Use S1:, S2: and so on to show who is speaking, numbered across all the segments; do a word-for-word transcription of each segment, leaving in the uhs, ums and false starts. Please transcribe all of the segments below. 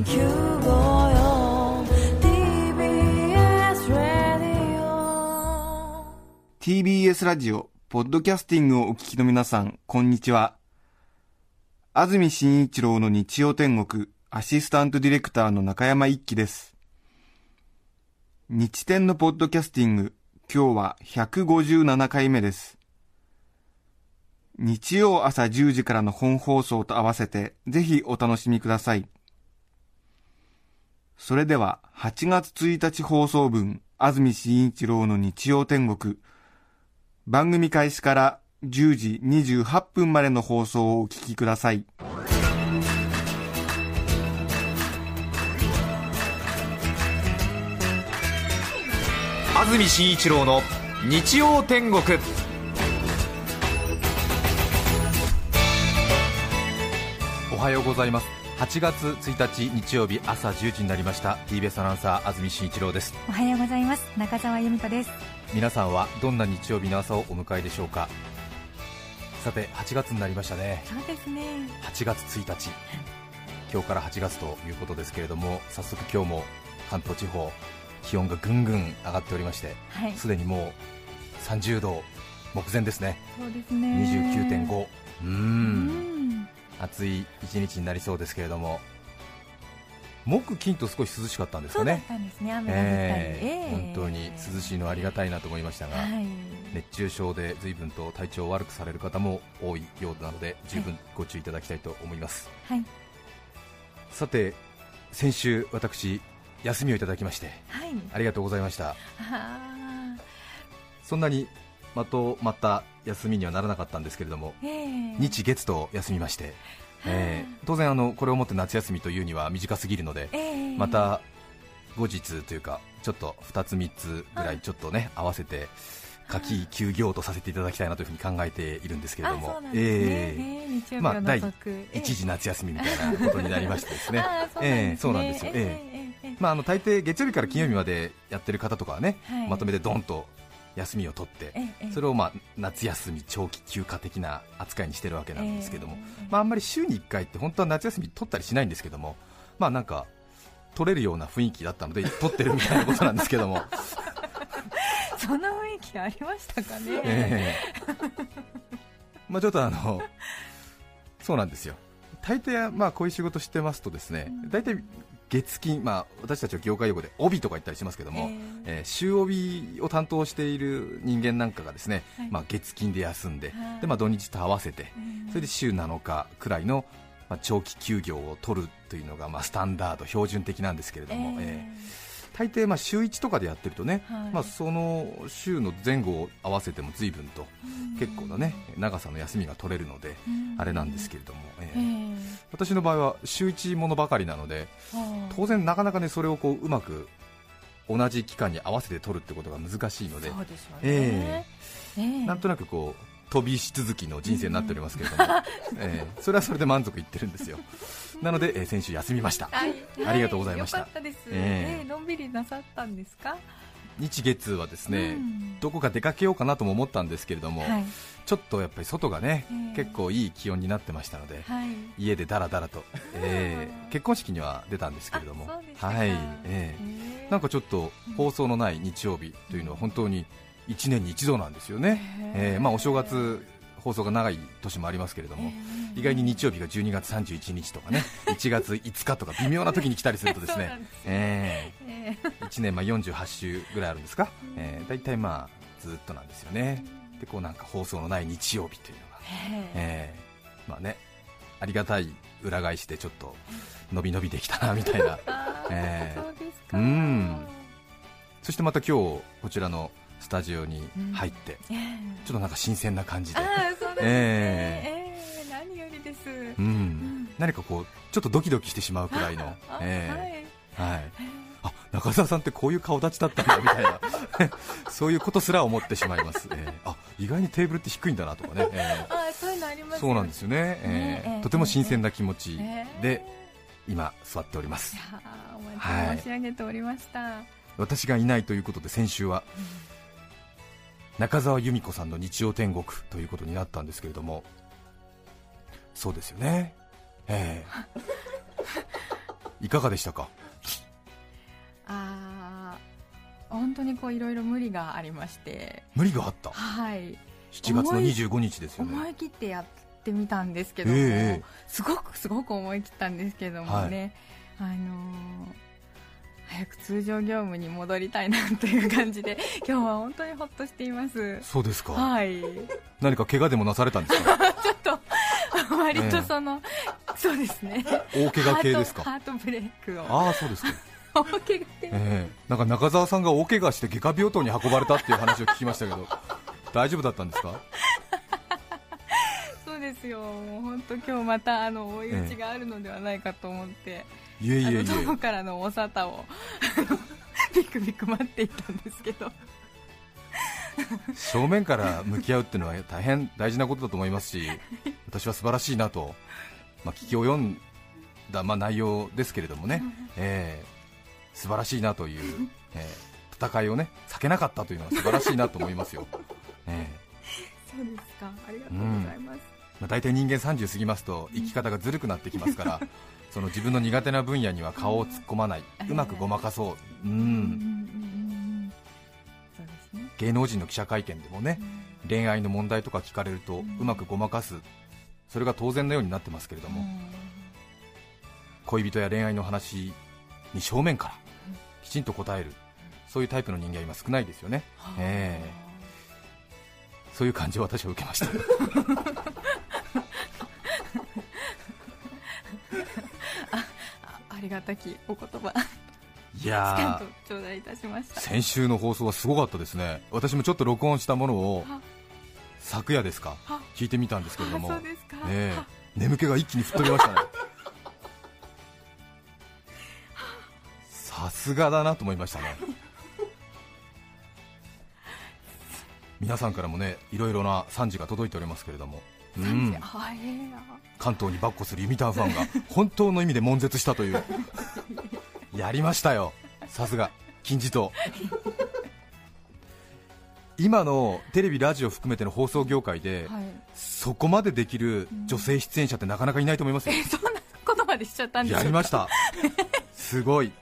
S1: きゅうごよ ティービーエス ラジオ
S2: ティービーエス ラジオポッドキャスティングをお聞きの皆さん、こんにちは。安住紳一郎の日曜天国アシスタントディレクターの中山一輝です。日天のポッドキャスティング、今日はひゃくごじゅうななかいめです。日曜朝じゅうじからの本放送と合わせてぜひお楽しみください。それでははちがつついたち放送分、安住紳一郎の日曜天国、番組開始からじゅうじにじゅうはっぷんまでの放送をお聞きください。
S3: 安住紳一郎の日曜天国。おはようございます。はちがつついたち日曜日朝じゅうじになりました。 ティービーエス アナウンサー安住紳一郎です。
S4: おはようございます。中澤由美子です。
S3: 皆さんはどんな日曜日の朝をお迎えでしょうか。さてはちがつになりましたね。
S4: そうですね。
S3: はちがつついたち、今日からはちがつということですけれども、早速今日も関東地方気温がぐんぐん上がっておりまして、すで、はい、にもうさんじゅうど目前ですね。
S4: そうですね。
S3: にじゅうきゅうてんご、うーん、うん暑い一日になりそうですけれども、木金と少し涼しかったんですかね。
S4: そうだったんですね。雨が降ったり、え
S3: ーえー、本当に涼しいのはありがたいなと思いましたが、はい、熱中症で随分と体調を悪くされる方も多いようなので十分ご注意いただきたいと思います、はい、さて先週私休みをいただきまして、はい、ありがとうございました。そんなにまとまた休みにはならなかったんですけれども、えー、日月と休みまして、えー、当然あのこれをもって夏休みというには短すぎるので、えー、また後日というかちょっとふたつみっつぐらいちょっとね合わせて夏季休業とさせていただきたいなというふうに考えているんですけれども、まあ第一次夏休みみたいなことになりましてですねそうなんですよ。まああの大抵月曜日から金曜日までやってる方とかはね、はい、まとめてドンと休みを取って、それをまあ夏休み長期休暇的な扱いにしてるわけなんですけども、まああんまり週にいっかいって本当は夏休み取ったりしないんですけども、まあなんか取れるような雰囲気だったので取ってるみたいなことなんですけども
S4: そんな雰囲気ありましたかね。
S3: えー、まあちょっとあのそうなんですよ。大抵まあこういう仕事してますとですね、大体月金、まあ、私たちは業界用語で帯とか言ったりしますけども、えーえー、週帯を担当している人間なんかがですね、はい、まあ、月金で休んで、でまあ、土日と合わせて、それで週なのかくらいの、まあ、長期休業を取るというのが、まあ、スタンダード標準的なんですけれども、えーえー、大抵まあ週いちとかでやってるとね、はい、まあ、その週の前後を合わせても随分と結構な、ね、長さの休みが取れるのであれなんですけれども、えーえー私の場合は週いちものばかりなので、当然なかなかねそれをこううまく同じ期間に合わせて取るってことが難しいので、
S4: そうですよね、
S3: えーえー、なんとなくこう飛びし続きの人生になっておりますけれども、えー、それはそれで満足いってるんですよ。なので、えー、先週休みました。ありがとうございました。
S4: よかったです、
S3: えー
S4: えー、のんびりなさったんですか。
S3: 日月はですね、うん、どこか出かけようかなとも思ったんですけれども、はい、ちょっとやっぱり外がね、えー、結構いい気温になってましたので、はい、家でだらだらと、えー、結婚式には出たんですけれども、はい、えー、なんかちょっと放送のない日曜日というのは本当にいちねんに一度なんですよね、えーまあ、お正月放送が長い年もありますけれども、意外に日曜日がじゅうにがつさんじゅういちにちとかねいちがついつかとか微妙な時に来たりするとですねえー、いちねんまあよんじゅうはちしゅうぐらいあるんですか、えー、だいたいまあずっとなんですよね。でこうなんか放送のない日曜日というのが、えーまあね、ありがたい裏返しでちょっと伸び伸びできたなみたいなえー、そうですか。うん、そしてまた今日こちらのスタジオに入って、うん、ちょっとなんか新鮮な感じで、
S4: あそうですね、えーえー、何よりです、
S3: うんうん、何かこうちょっとドキドキしてしまうくらいの、えーはいはい、あ中澤さんってこういう顔立ちだったんだみたいなそういうことすら思ってしまいます、えー、あ意外にテーブルって低いんだなとかね、えー、
S4: あそういうのありますよね。
S3: そうなんですよね、えーえー、とても新鮮な気持ちで今座っております。いや
S4: お待ち申し上げておりました、はい、
S3: 私がいないということで先週は、うん、中澤由美子さんの日曜天国ということになったんですけれども、そうですよね、えーいかがでしたか？
S4: あ本当にこういろいろ無理がありまして。無
S3: 理があった？
S4: はい。
S3: しちがつのにじゅうごにちですよね。
S4: 思い切ってやってみたんですけども、えー、すごくすごく思い切ったんですけどもね、はい、あのー、早く通常業務に戻りたいなという感じで今日は本当にほっとしています。
S3: そうですか。
S4: はい。
S3: 何か怪我でもなされたんですか？
S4: ちょっと割とその、えー、そうですね。
S3: 大怪我系ですか？
S4: ハート、ハートブレイクを。
S3: ああ、そうですか。
S4: 大怪我で、
S3: えー、なんか中澤さんが大怪我して外科病棟に運ばれたっていう話を聞きましたけど大丈夫だったんですか？
S4: そうですよ、もう本当今日またあの追い打ちがあるのではないかと思って、え
S3: え、いえいえいえ、
S4: 友からのお沙汰をビクビク待っていたんですけど
S3: 正面から向き合うっていうのは大変大事なことだと思いますし、私は素晴らしいなと、まあ、聞き及んだ、まあ、内容ですけれどもね、えー、素晴らしいなという、えー、戦いをね避けなかったというのは素晴らしいなと思いますよ、え
S4: ー、そうですか、ありがとうございます、うん、ま
S3: あ、大体人間さんじゅう過ぎますと生き方がずるくなってきますからその自分の苦手な分野には顔を突っ込まない、うまくごまかそう、うん、そうですね、芸能人の記者会見でもね、うん、恋愛の問題とか聞かれるとうまくごまかす、それが当然のようになってますけれども、うん、恋人や恋愛の話に正面からきちんと答える、そういうタイプの人間は今少ないですよね、えー、そういう感じを私は受けました
S4: あ, ありがたきお言葉、
S3: いや
S4: ー、頂戴いたしました。
S3: 先週の放送はすごかったですね。私もちょっと録音したものを昨夜ですか聞いてみたんですけれども、
S4: そうですか、
S3: えー、眠気が一気に吹っ飛びましたねさすがだなと思いましたね皆さんからもねいろいろな賛辞が届いておりますけれども、うん、関東に跋扈するユミタンファンが本当の意味で悶絶したというやりましたよ、さすが金字塔今のテレビラジオ含めての放送業界で、はい、そこまでできる女性出演者ってなかなかいないと思いますよ、
S4: うん、そんなことまでしちゃったんですか？
S3: やりましたすごい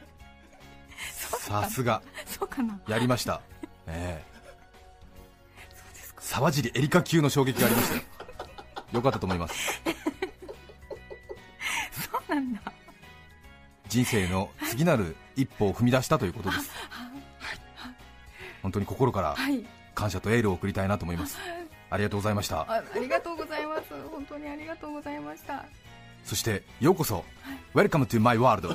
S3: さすが
S4: そうかな、
S3: やりました、えー沢尻エリカ級の衝撃がありましたよよかったと思います
S4: そうなんだ、
S3: 人生の次なる一歩を踏み出したということです、はい、本当に心から感謝とエールを送りたいなと思います。ありがとうございました。
S4: あ, ありがとうございます、本当にありがとうございました。
S3: そしてようこそ、はい、Welcome to my world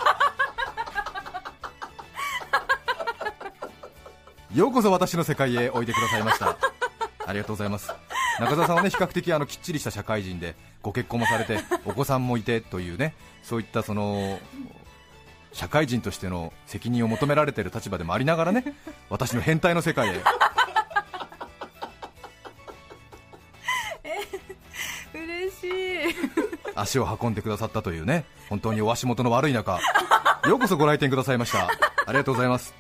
S3: ようこそ私の世界へおいでくださいました。ありがとうございます。中澤さんはね比較的あのきっちりした社会人でご結婚もされてお子さんもいてというね、そういったその社会人としての責任を求められている立場でもありながらね、私の変態の世界へ
S4: え嬉しい
S3: 足を運んでくださったというね、本当にお足元の悪い中ようこそご来店くださいました。ありがとうございます。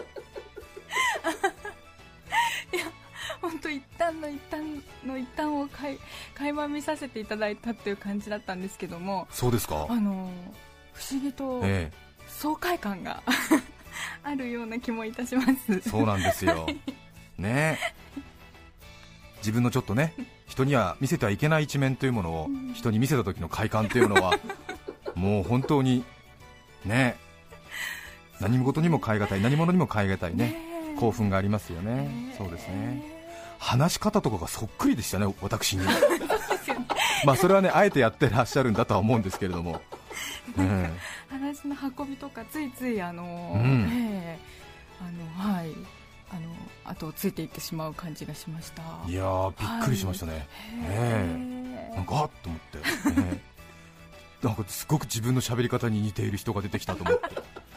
S4: 本当一旦の一旦の一旦をかい垣間見させていただいたっていう感じだったんですけども。
S3: そうですか。
S4: あの不思議と爽快感が、ええ、あるような気もいたします。
S3: そうなんですよね。自分のちょっとね人には見せてはいけない一面というものを人に見せた時の快感というのはもう本当にね、何事にも代え難い、何者にも代え難いね、興奮がありますよね。そうですね。話し方とかがそっくりでしたね、私にまあそれはねあえてやってらっしゃるんだとは思うんですけれども、うん、
S4: 話の運びとかついついあの、
S3: うん
S4: えー、あのはいあの後をついていってしまう感じがしました。
S3: いやーびっくりしましたね、はい、えー、なんかあっと思って、えー、なんかすごく自分の喋り方に似ている人が出てきたと思って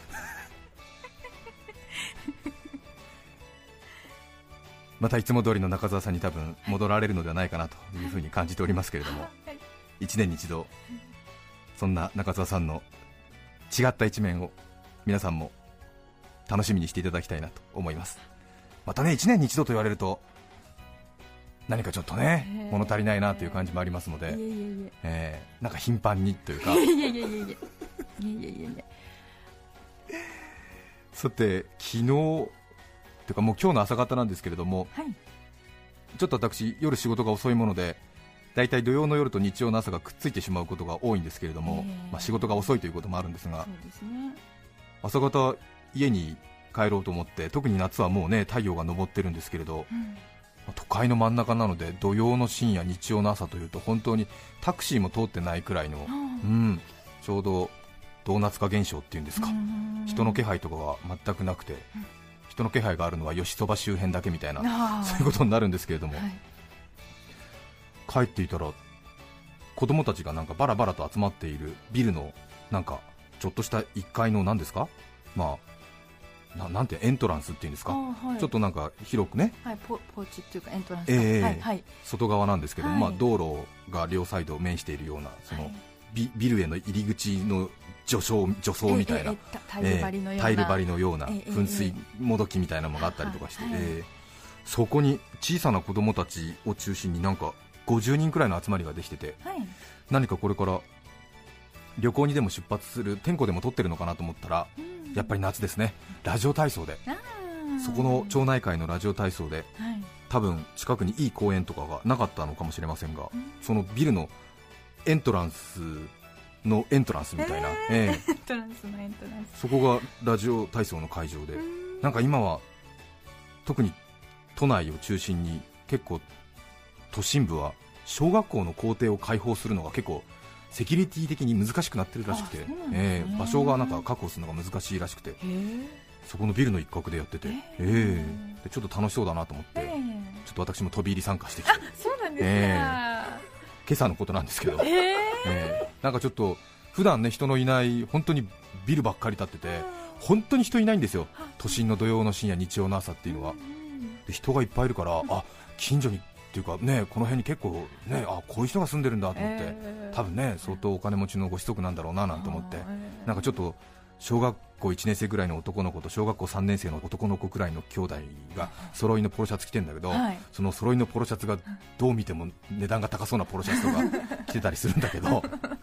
S3: またいつも通りの中澤さんに多分戻られるのではないかなというふうに感じておりますけれども、いちねんに一度そんな中澤さんの違った一面を皆さんも楽しみにしていただきたいなと思います。またねいちねんに一度と言われると何かちょっとね物足りないなという感じもありますので、えー、なんか頻繁にというか
S4: いやいやいやいやいえいえいえいえ。
S3: さて昨日てかもう今日の朝方なんですけれども、はい、ちょっと私夜仕事が遅いものでだいたい土曜の夜と日曜の朝がくっついてしまうことが多いんですけれども、えーまあ、仕事が遅いということもあるんですが、
S4: そうですね、
S3: 朝方家に帰ろうと思って、特に夏はもうね太陽が昇ってるんですけれど、うん、都会の真ん中なので土曜の深夜日曜の朝というと本当にタクシーも通ってないくらいの、うんうん、ちょうどドーナツ化現象っていうんですか、人の気配とかが全くなくて、うん、人の気配があるのは吉そば周辺だけみたいな、そういうことになるんですけれども、はい、帰っていたら子供たちがなんかバラバラと集まっているビルのなんかちょっとしたいっかいの何ですか、まあ、な, なんてエントランスっていうんですか、はい、ちょっとなんか広くね、
S4: はい、ポ, ポーチっていうかエントランス、
S3: えー
S4: はいはい、
S3: 外側なんですけど、はい、まあ、道路が両サイドを面しているようなその、はい、ビ, ビルへの入り口の助走助走みたいな、えーえー、タイル張りのような、タイル張りのような噴水もどきみたいなのがあったりとかして、はい、えー、そこに小さな子供たちを中心になんかごじゅうにんくらいの集まりができてて、はい、何かこれから旅行にでも出発する点呼でも取ってるのかなと思ったら、うん、やっぱり夏ですね、ラジオ体操で、そこの町内会のラジオ体操で、はい、多分近くにいい公園とかがなかったのかもしれませんが、うん、そのビルのエントランスのエントランスみたいな、えーえー、エントランスのエントランス、そこがラジオ体操の会場で、なんか今は特に都内を中心に結構都心部は小学校の校庭を開放するのが結構セキュリティ的に難しくなってるらしくて、えー、場所がなんか確保するのが難しいらしくて、そこのビルの一角でやってて、えー、でちょっと楽しそうだなと思って、えー、ちょっと私も飛び入り参加してきて、
S4: そうなんですね、
S3: えー、今朝のことなんですけど、えーえー、なんかちょっと普段ね人のいない本当にビルばっかり建ってて本当に人いないんですよ、都心の土曜の深夜日曜の朝っていうのは。で人がいっぱいいるから、あ、近所にっていうかね、この辺に結構ね、あ、こういう人が住んでるんだと思って、えー、多分ね相当お金持ちのご子息なんだろうななんて思って、えー、なんかちょっと小学校いちねん生ぐらいの男の子と小学校さんねん生の男の子くらいの兄弟が揃いのポロシャツ着てるんだけど、はい、その揃いのポロシャツがどう見ても値段が高そうなポロシャツとか着てたりするんだけど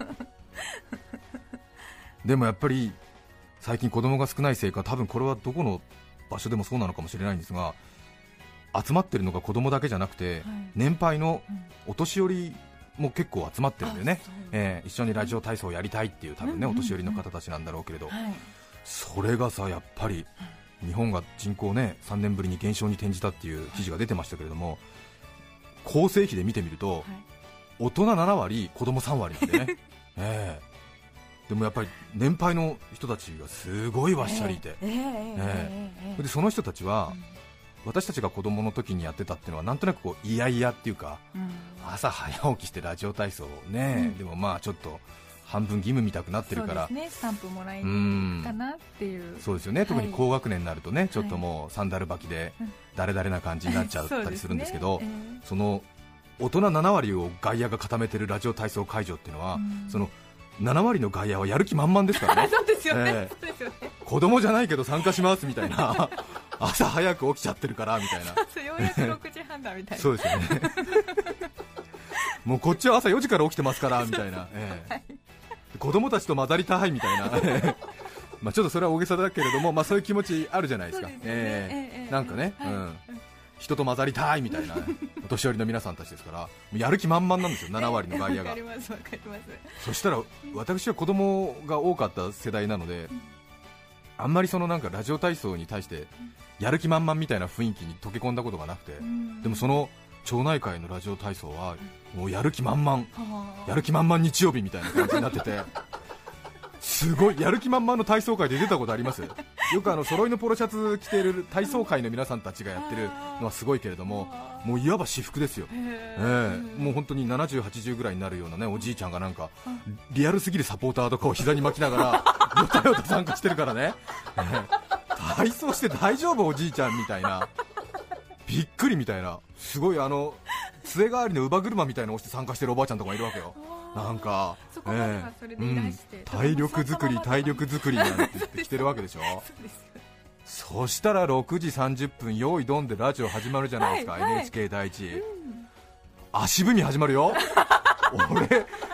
S3: でもやっぱり最近子供が少ないせいか、多分これはどこの場所でもそうなのかもしれないんですが、集まってるのが子供だけじゃなくて、はい、年配のお年寄りも結構集まってるんだよね、えー、一緒にラジオ体操をやりたいっていう多分ね、お年寄りの方たちなんだろうけれど、はい、それがさやっぱり日本が人口ねさんねんぶりに減少に転じたっていう記事が出てましたけれども、構成比で見てみると、はい、大人ななわり子供さんわりなんでね、えー、でもやっぱり年配の人たちがすごいわっしゃりいて、えーえーえー、でその人たちは、うん、私たちが子供の時にやってたっていうのはなんとなくこういやいやっていうか、うん、朝早起きしてラジオ体操ね、うん、でもまあちょっと半分義務みたくなってるから、
S4: そうですね、スタンプもらいにかなっていう、
S3: そうですよね、特に高学年になるとね、はい、ちょっともうサンダル履きで誰々な感じになっちゃったりするんですけど、そ, ねえー、その大人ななわりを外野が固めてるラジオ体操会場っていうのは、うん、そのななわりの外野はやる気満々ですからね
S4: そうですよね、えー、そうですよね、
S3: 子供じゃないけど参加しますみたいな朝早く起きちゃってるからみたいな
S4: そうようやくろくじはんだみたいな
S3: そうですよねもうこっちは朝よじから起きてますからみたいな、えーはい、子供たちと混ざりたいみたいなまあちょっとそれは大げさだけれども、まあ、そういう気持ちあるじゃないですか、そうですよね、えーえー、なんかね、はい、うん、人と混ざりたいみたいなお年寄りの皆さんたちですから、もうやる気満々なんですよ、ななわりの外野が。わかりますわかります。そしたら私は子供が多かった世代なので、あんまりそのなんかラジオ体操に対してやる気満々みたいな雰囲気に溶け込んだことがなくて、でもその町内会のラジオ体操はもうやる気満々、やる気満々日曜日みたいな感じになっててすごいやる気満々の体操会で出たことあります？よくあの揃いのポロシャツ着ている体操会の皆さんたちがやってるのはすごいけれども、もういわば私服ですよ、えー、もう本当にななじゅう、はちじゅうぐらいになるようなねおじいちゃんがなんかリアルすぎるサポーターとかを膝に巻きながらよたよた参加してるからね、えー、体操して大丈夫おじいちゃんみたいな、びっくりみたいな、すごいあの杖代わりの乳母車みたいなのをして参加してるおばあちゃんとかもいるわけよ。なんか、
S4: そこまではそれでいらして、
S3: えーうん、体力作り体力作りなんて言ってきてるわけでしょそうです。そしたらろくじさんじゅっぷん用意どんでラジオ始まるじゃないですか、はいはい、エヌエイチケー 第一、うん、足踏み始まるよ俺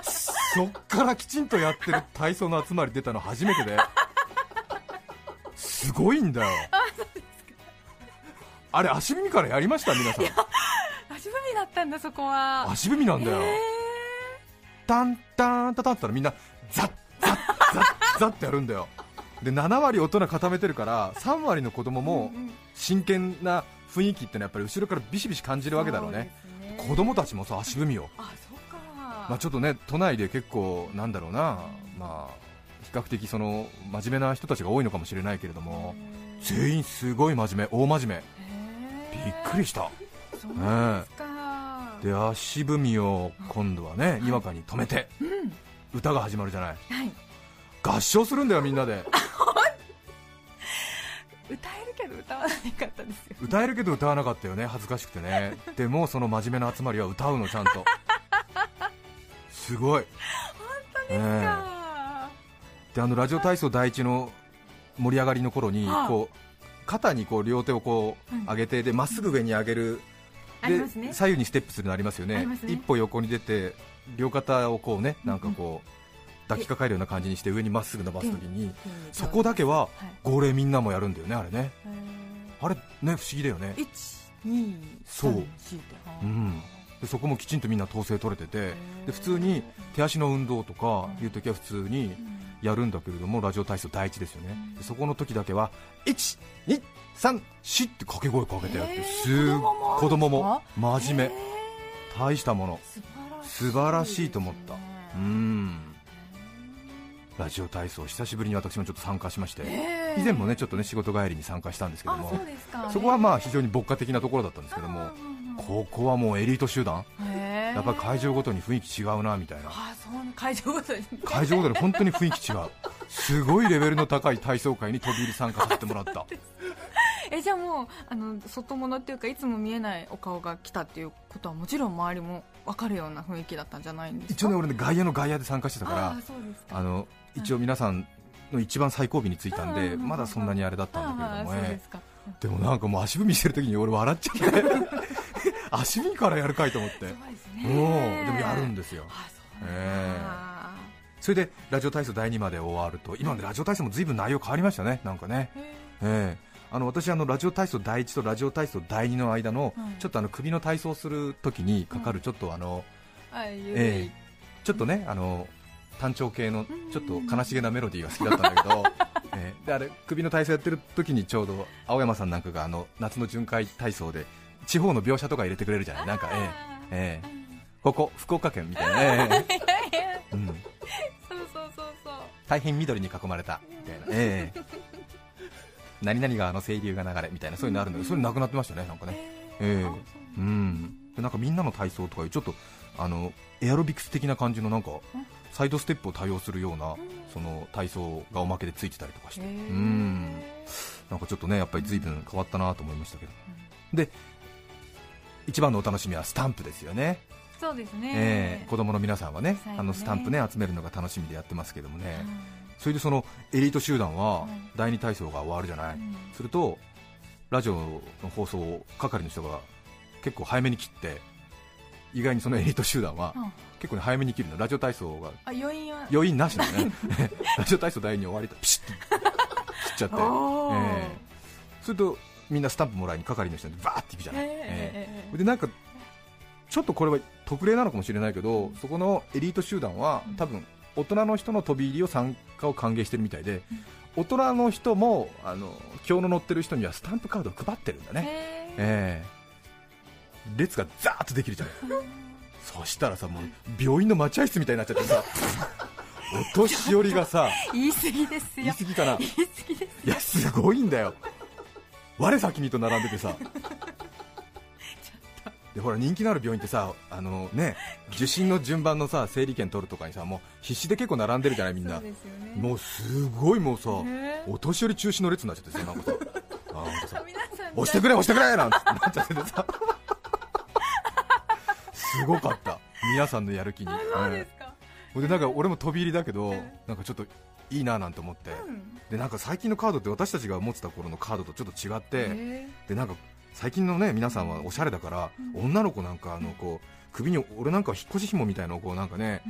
S3: そっからきちんとやってる体操の集まり出たの初めてですごいんだよ。あれ足踏みからやりました皆さん。
S4: 足踏みだったんだ、そこは
S3: 足踏みなんだよ。タンタンタタンって言ったらみんなザッザッザッザッってやるんだよ。でなな割大人固めてるからさん割の子供も真剣な雰囲気ってのはやっぱり後ろからビシビシ感じるわけだろうね。子供たちもさ足踏みを、
S4: あ、そうか、
S3: まあ、ちょっとね都内で結構なんだろうな、まあ比較的その真面目な人たちが多いのかもしれないけれども、全員すごい真面目、大真面目、びっくりした。
S4: そうですか。
S3: で足踏みを今度はね、にわかに止めて、うん、歌が始まるじゃない、はい、合唱するんだよみんなで。
S4: 歌えるけど歌わなかったですよ。
S3: 歌えるけど歌わなかったよね、恥ずかしくてね。でもその真面目な集まりは歌うのちゃんと。すごい。
S4: 本当ですか、え
S3: ー、であのラジオ体操第一の盛り上がりの頃に、はあ、こう肩にこう両手をこう上げて、でまっすぐ上に上げる、で、ね、左右にステップするのありますよ ね, ね。一歩横に出て両肩をこうね、なんかこう、うん、抱きかかえるような感じにして上にまっすぐ伸ばすときに、そこだけは号令みんなもやるんだよね、あれね。あれね、不思議だよね。
S4: いち、に、
S3: そう、うん、でそこもきちんとみんな統制取れてて、で普通に手足の運動とかいうときは普通にやるんだけれども、ラジオ体操第一ですよね。でそこの時だけはいち、に、さん、よんって掛け声かけてやって、す子供も真面目、大したもの、素晴らしいと思った。うん、ラジオ体操久しぶりに私もちょっと参加しまして、以前もねちょっとね仕事帰りに参加したんですけども、 そ, そこはまあ非常に牧歌的なところだったんですけども、ここはもうエリート集団、やっぱり会場ごとに雰囲気違うなみたいな。
S4: あ、そう、会場ごとに
S3: 会場ごとに本当に雰囲気違う。すごいレベルの高い体操会に飛び入り参加させてもらった。
S4: え、じゃあもうあの外物っていうかいつも見えないお顔が来たっていうことはもちろん周りも分かるような雰囲気だったんじゃないんですか。
S3: 一応ね、俺ね外野の外野で参加してたから、 あ, そうですか、あの一応皆さんの一番最後尾についたんで、まだそんなにあれだったんだけれどもね。でもなんかもう足踏みしてる時に俺笑っちゃって足踏みからやるかいと思って。そうですね、おでもやるんですよ。あ、そうなんだ、えー、それでラジオ体操だいにまで終わると、今までラジオ体操も随分内容変わりましたね、なんかね。えーあの私あのラジオ体操だいいちとラジオ体操だいにの間の、うん、ちょっとあの首の体操するときにかかるちょっとあの、うん、えー、ちょっとねあの単調系のちょっと悲しげなメロディーが好きだったんだけど、えー、であれ首の体操やってる時にちょうど青山さんなんかがあの夏の巡回体操で地方の描写とか入れてくれるじゃない、なんか、えーえー、ここ福岡県みたいな、えーうん、そうそうそうそう、大変緑に囲まれたみたいな、えー何々川の清流が流れみたいな、そういうのあるんだけど、それなくなってましたね、なんかね。えー、うん、でなんかみんなの体操とかいうちょっとあのエアロビクス的な感じのなんかサイドステップを多用するようなその体操がおまけでついてたりとかして、うん、なんかちょっとねやっぱり随分変わったなと思いましたけど、で一番のお楽しみはスタンプですよね。
S4: そうですね、
S3: えー、子供の皆さんは ね, ねあのスタンプね集めるのが楽しみでやってますけどもね、それでそのエリート集団はだいに体操が終わるじゃない、うん、するとラジオの放送係の人が結構早めに切って、意外にそのエリート集団は結構、ね、早めに切るの。ラジオ体操が
S4: あ余韻は
S3: 余韻なしだねラジオ体操だいに終わりとピシッと切っちゃって、えー、それとみんなスタンプもらいに係の人にバーっていくじゃない、えー、でなんかちょっとこれは特例なのかもしれないけど、そこのエリート集団は多分大人の人の飛び入りを参加を歓迎してるみたいで、大人の人もあの今日の乗ってる人にはスタンプカードを配ってるんだね、えー、列がザーッとできるじゃないそしたらさ、もう病院の待合室みたいになっちゃってさお年寄りがさ
S4: 言い過ぎですよ、
S3: 言い過ぎかな、
S4: 言い過ぎですよ、
S3: いやすごいんだよ、我先にと並んでてさでほら人気のある病院ってさ、あのね、受診の順番のさ整理券取るとかにさ、もう必死で結構並んでるじゃないみんな。そうですよね、もうすごいもうさ、お年寄り中止の列になっちゃってさ、なんかさあなんかさ押してくれ押してくれなんてなっちゃっててさすごかった皆さんのやる気に。
S4: そうですか、
S3: えー、でなんか俺も飛び入りだけど、なんかちょっといいななんて思って、うん、でなんか最近のカードって私たちが持ってた頃のカードとちょっと違って、でなんか最近のね皆さんはおしゃれだから、うん、女の子なんかあのこう首に俺なんか引っ越し紐みたいなのをこうなんかね、うん、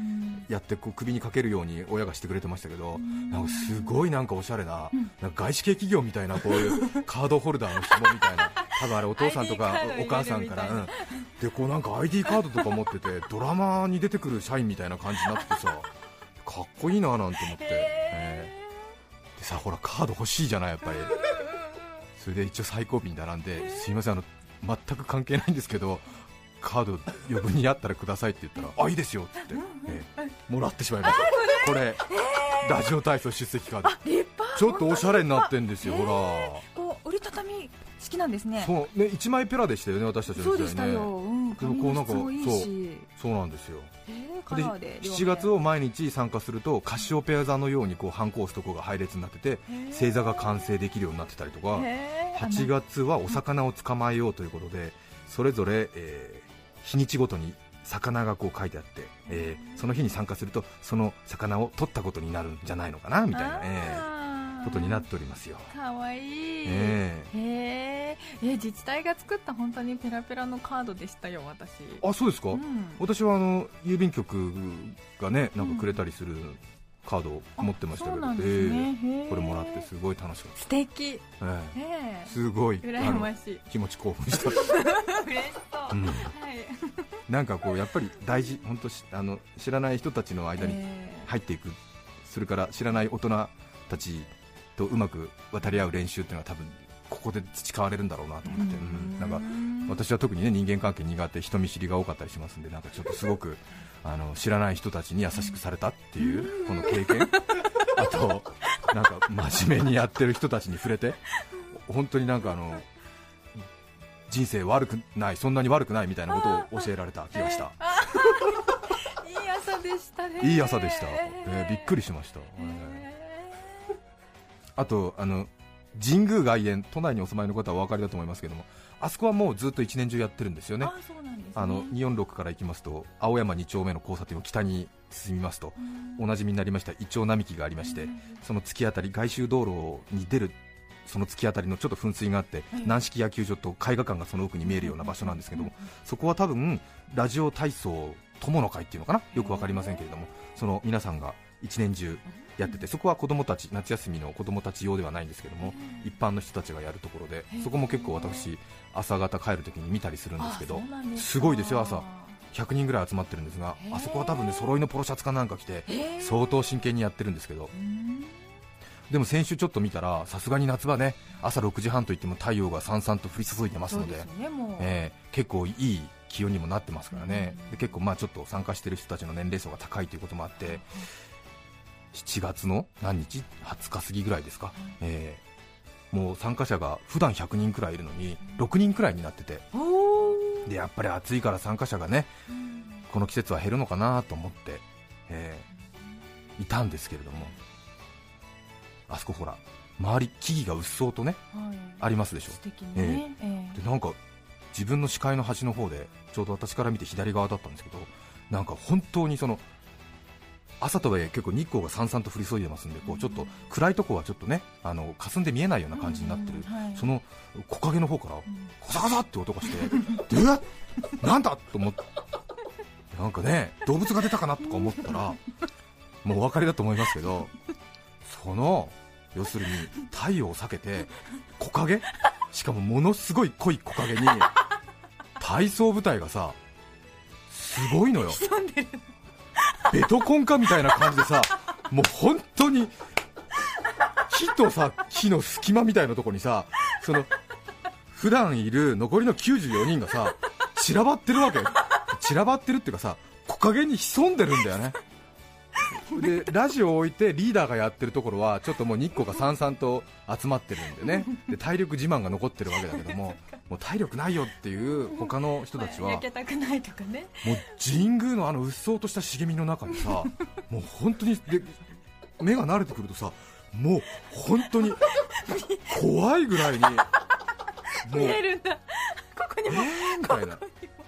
S3: やってこう首にかけるように親がしてくれてましたけど、うん、なんかすごいなんかおしゃれな、うん、なんか外資系企業みたいなこういうカードホルダーの紐みたいな多分あれお父さんとかお母さんから、うん、でこうなんか アイディー カードとか持っててドラマに出てくる社員みたいな感じになってさかっこいいななんて思って、えー、でさほらカード欲しいじゃないやっぱりそれで一応最後尾に並んですいませんあの全く関係ないんですけどカード余分にあったらくださいって言ったらあいいですよって言って、えー、もらってしまいましたこれラジオ体操出席カードちょっとおしゃれになってんですよほら
S4: こう折りたたみ式なんですね
S3: そうねいちまいペラでしたよね私たちの時代ね
S4: そうでしたよ、うん、
S3: でもこうなんか
S4: 紙質もいいし
S3: そうそうなんですよ
S4: カラーで
S3: しちがつを毎日参加するとカシオペア座のようにこうハンコを押すとこが配列になってて星座が完成できるようになってたりとかはちがつはお魚を捕まえようということでそれぞれ、えー日にちごとに魚がこう書いてあって、えー、その日に参加するとその魚を取ったことになるんじゃないのかなみたいな、えー、ことになっておりますよ。
S4: かわいい、
S3: えー、
S4: へーえ自治体が作った本当にペラペラのカードでしたよ私。
S3: あそうですか、うん、私はあの郵便局がねなんかくれたりする、うんカードを持ってましたけど、ねえー、これもらってすごい楽しかった。
S4: 素敵、え
S3: ーえー、すごい
S4: 羨ましい
S3: 気持ち興奮した嬉し
S4: そう、
S3: うん
S4: はい、
S3: なんかこうやっぱり大事本当あの知らない人たちの間に入っていく、えー、それから知らない大人たちとうまく渡り合う練習っていうのは多分ここで培われるんだろうなと思って、うん、なんか私は特にね人間関係苦手人見知りが多かったりしますんでなんかちょっとすごくあの知らない人たちに優しくされたっていうこの経験あとなんか真面目にやってる人たちに触れて本当になんかあの人生悪くないそんなに悪くないみたいなことを教えられた気がした。
S4: いい朝でしたね。
S3: いい朝でした、えー、びっくりしました、えー、あとあの神宮外苑都内にお住まいの方はお分かりだと思いますけどもあそこはもうずっと一年中やってるんですよね。
S4: あそうなんですね。
S3: あのにひゃくよんじゅうろくから行きますと青山に丁目の交差点を北に進みますとおなじみになりましたイチョウ並木がありましてその突き当たり外周道路に出るその突き当たりのちょっと噴水があって軟式野球場と絵画館がその奥に見えるような場所なんですけどもそこは多分ラジオ体操友の会っていうのかなよく分かりませんけれどもその皆さんが一年中やっててそこは子供たち夏休みの子供たち用ではないんですけども一般の人たちがやるところでそこも結構私朝方帰るときに見たりするんですけどすごいですよ朝ひゃくにんぐらい集まってるんですがあそこは多分ね揃いのポロシャツかなんか着て相当真剣にやってるんですけどでも先週ちょっと見たらさすがに夏場ね朝ろくじはんといっても太陽がさんさんと降り注いでますので、
S4: そうですね、もう
S3: えー、結構いい気温にもなってますからねで結構まあちょっと参加してる人たちの年齢層が高いということもあってしちがつの何日はつか過ぎぐらいですか、えー、もう参加者が普段ひゃくにんくらいいるのにろくにんくらいになっててでやっぱり暑いから参加者がねこの季節は減るのかなと思って、えー、いたんですけれどもあそこほら周り木々がうっそうとね、はい、ありますでしょ、
S4: 素敵ね、
S3: えーえー、でなんか自分の視界の端の方でちょうど私から見て左側だったんですけどなんか本当にその朝とはいえ結構日光がさんさんと降り注いでますんでこうちょっと暗いとこはちょっとねあの霞んで見えないような感じになってる、うんうんはい、その木陰の方からコサコサって音がしてでなんだと思ってなんかね動物が出たかなとか思ったらもうお分かりだと思いますけどその要するに太陽を避けて木陰しかもものすごい濃い木陰に体操部隊がさすごいのよベトコンかみたいな感じでさもう本当に木とさ木の隙間みたいなところにさその普段いる残りのきゅうじゅうよにんがさ散らばってるわけ散らばってるっていうかさ木陰に潜んでるんだよねでラジオを置いてリーダーがやってるところはちょっともう日光がさんさんと集まってるんでねで体力自慢が残ってるわけだけどももう体力ないよっていう他の人たちは
S4: 焼けたくないとかね
S3: もう神宮のあのうっそうとした茂みの中にさもう本当にで目が慣れてくるとさもう本当に怖いぐらいにもう
S4: 見えるんだここにも、
S3: えー、みたいな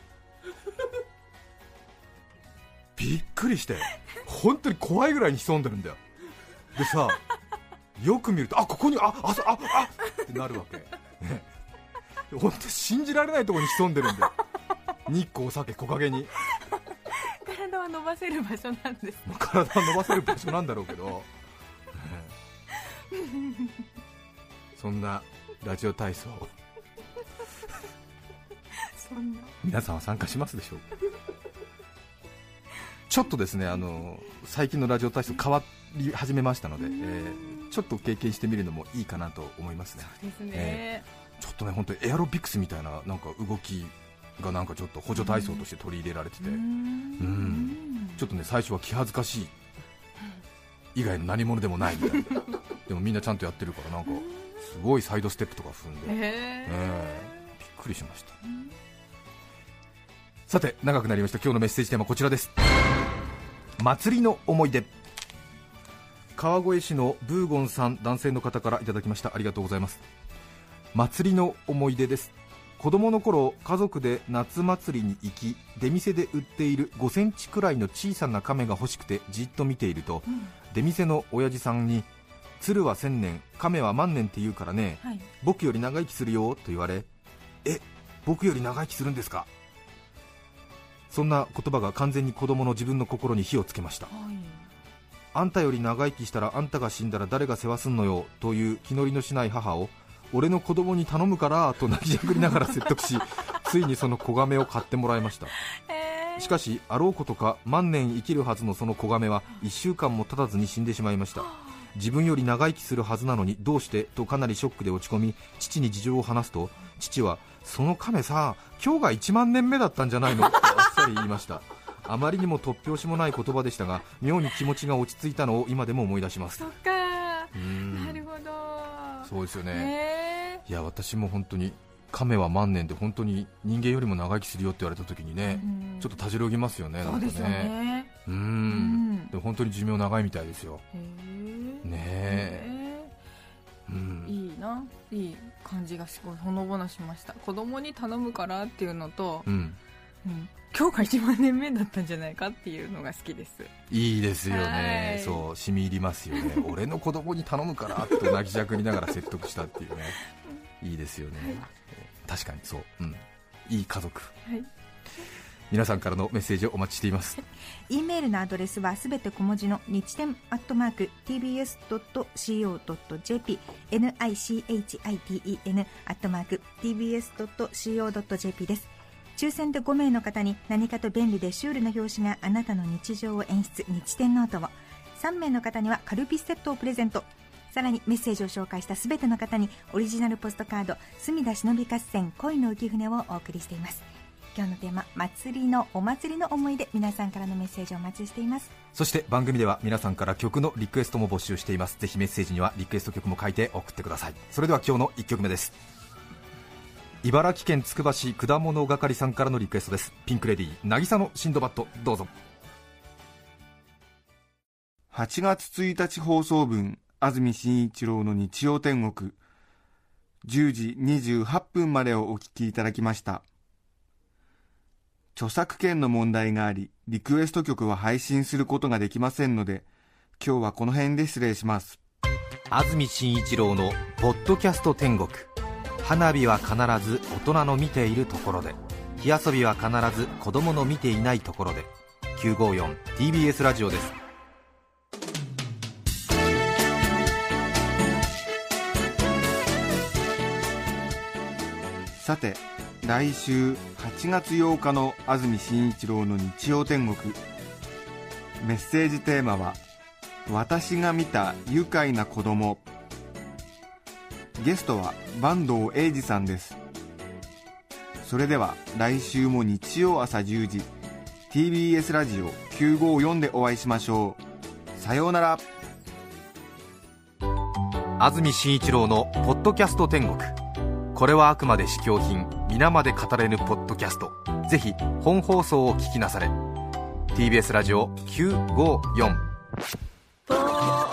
S3: びっくりして本当に怖いぐらいに潜んでるんだよでさよく見るとあここにああああってなるわけ、ね、本当信じられないところに潜んでるんだよ日光を避け木陰に
S4: 体は伸ばせる場所なんです、ね、
S3: 体は伸ばせる場所なんだろうけどそんなラジオ体操
S4: そんな
S3: 皆さんは参加しますでしょうか。ちょっとですね、あの最近のラジオ体操変わり始めましたので、えー、ちょっと経験してみるのもいいかなと思いますね。
S4: そうですね、
S3: えー、ちょっとね本当にエアロビクスみたいななんか動きがなんかちょっと補助体操として取り入れられてて、うんうんちょっとね最初は気恥ずかしい以外の何者でもないみたいなでもみんなちゃんとやってるからなんかすごいサイドステップとか踏んで、えーえー、びっくりしました。さて長くなりました。今日のメッセージテーマはこちらです。祭りの思い出。川越市のブーゴンさん、男性の方からいただきました。ありがとうございます。祭りの思い出です。子供の頃家族で夏祭りに行き、出店で売っているごセンチくらいの小さな亀が欲しくてじっと見ていると、うん、出店の親父さんに鶴は千年亀は万年って言うからね、はい、僕より長生きするよと言われ、え僕より長生きするんですか。そんな言葉が完全に子供の自分の心に火をつけました、はい、あんたより長生きしたらあんたが死んだら誰が世話すんのよという気乗りのしない母を俺の子供に頼むからと泣きじゃくりながら説得しついにその子亀を買ってもらいました、えー、しかしあろうことか万年生きるはずのその子亀はいっしゅうかんも経たずに死んでしまいました。自分より長生きするはずなのにどうしてとかなりショックで落ち込み、父に事情を話すと父はその亀さ今日がいちまんねんめだったんじゃないのとあっさり言いました。あまりにも突拍子もない言葉でしたが妙に気持ちが落ち着いたのを今でも思い出します。
S4: そっかー、なるほど。
S3: そうですよね、えー、いや私も本当に亀は万年で本当に人間よりも長生きするよって言われた時にね、うん、ちょっとたじろぎますよね。
S4: そうですよね。
S3: うん、うん、でも本当に寿命長いみたいですよ。へーねえ、
S4: うん、いいないい感じがすごいほのぼのしました。子供に頼むからっていうのと、うんうん、今日がいちまんねんめだったんじゃないかっていうのが好きです。
S3: いいですよね。そう染み入りますよね俺の子供に頼むからと泣きじゃくりながら説得したっていうねいいですよね、はい、確かにそう、うん、いい家族、はい、皆さんからのメッセージをお待ちしています。
S5: E メールのアドレスはすべて小文字の日天アットマーク ティービーエスドットシーオードットジェーピー ニチテン アットマーク ティービーエスドットシーオードットジェーピー です。抽選でごめいの方に何かと便利でシュールな表紙があなたの日常を演出日天ノートを、さんめいの方にはカルピスセットをプレゼント。さらにメッセージを紹介したすべての方にオリジナルポストカード隅田忍び合戦恋の浮舟をお送りしています。今日のテーマ祭りのお祭りの思い出、皆さんからのメッセージをお待ちしています。
S3: そして番組では皆さんから曲のリクエストも募集しています。ぜひメッセージにはリクエスト曲も書いて送ってください。それでは今日のいっきょくめです。茨城県つくば市果物係さんからのリクエストです。ピンクレディー渚のシンドバッド、どうぞ。
S2: はちがつついたち放送分、安住紳一郎の日曜天国、じゅうじにじゅうはっぷんまでをお聞きいただきました。著作権の問題があり、リクエスト曲は配信することができませんので、今日はこの辺で失礼します。
S3: 安住紳一郎のポッドキャスト天国。花火は必ず大人の見ているところで、火遊びは必ず子供の見ていないところで。きゅうごよん ティービーエス ラジオです。
S2: さて、来週はちがつようかの安住紳一郎の日曜天国、メッセージテーマは私が見た愉快な子供。ゲストは坂東英二さんです。それでは来週も日曜朝じゅうじ ティービーエス ラジオきゅうごよんでお会いしましょう。さようなら。
S3: 安住紳一郎のポッドキャスト天国。これはあくまで試供品、皆まで語れぬポッドキャスト。ぜひ本放送を聞きなされ。 ティービーエス ラジオきゅうごよん。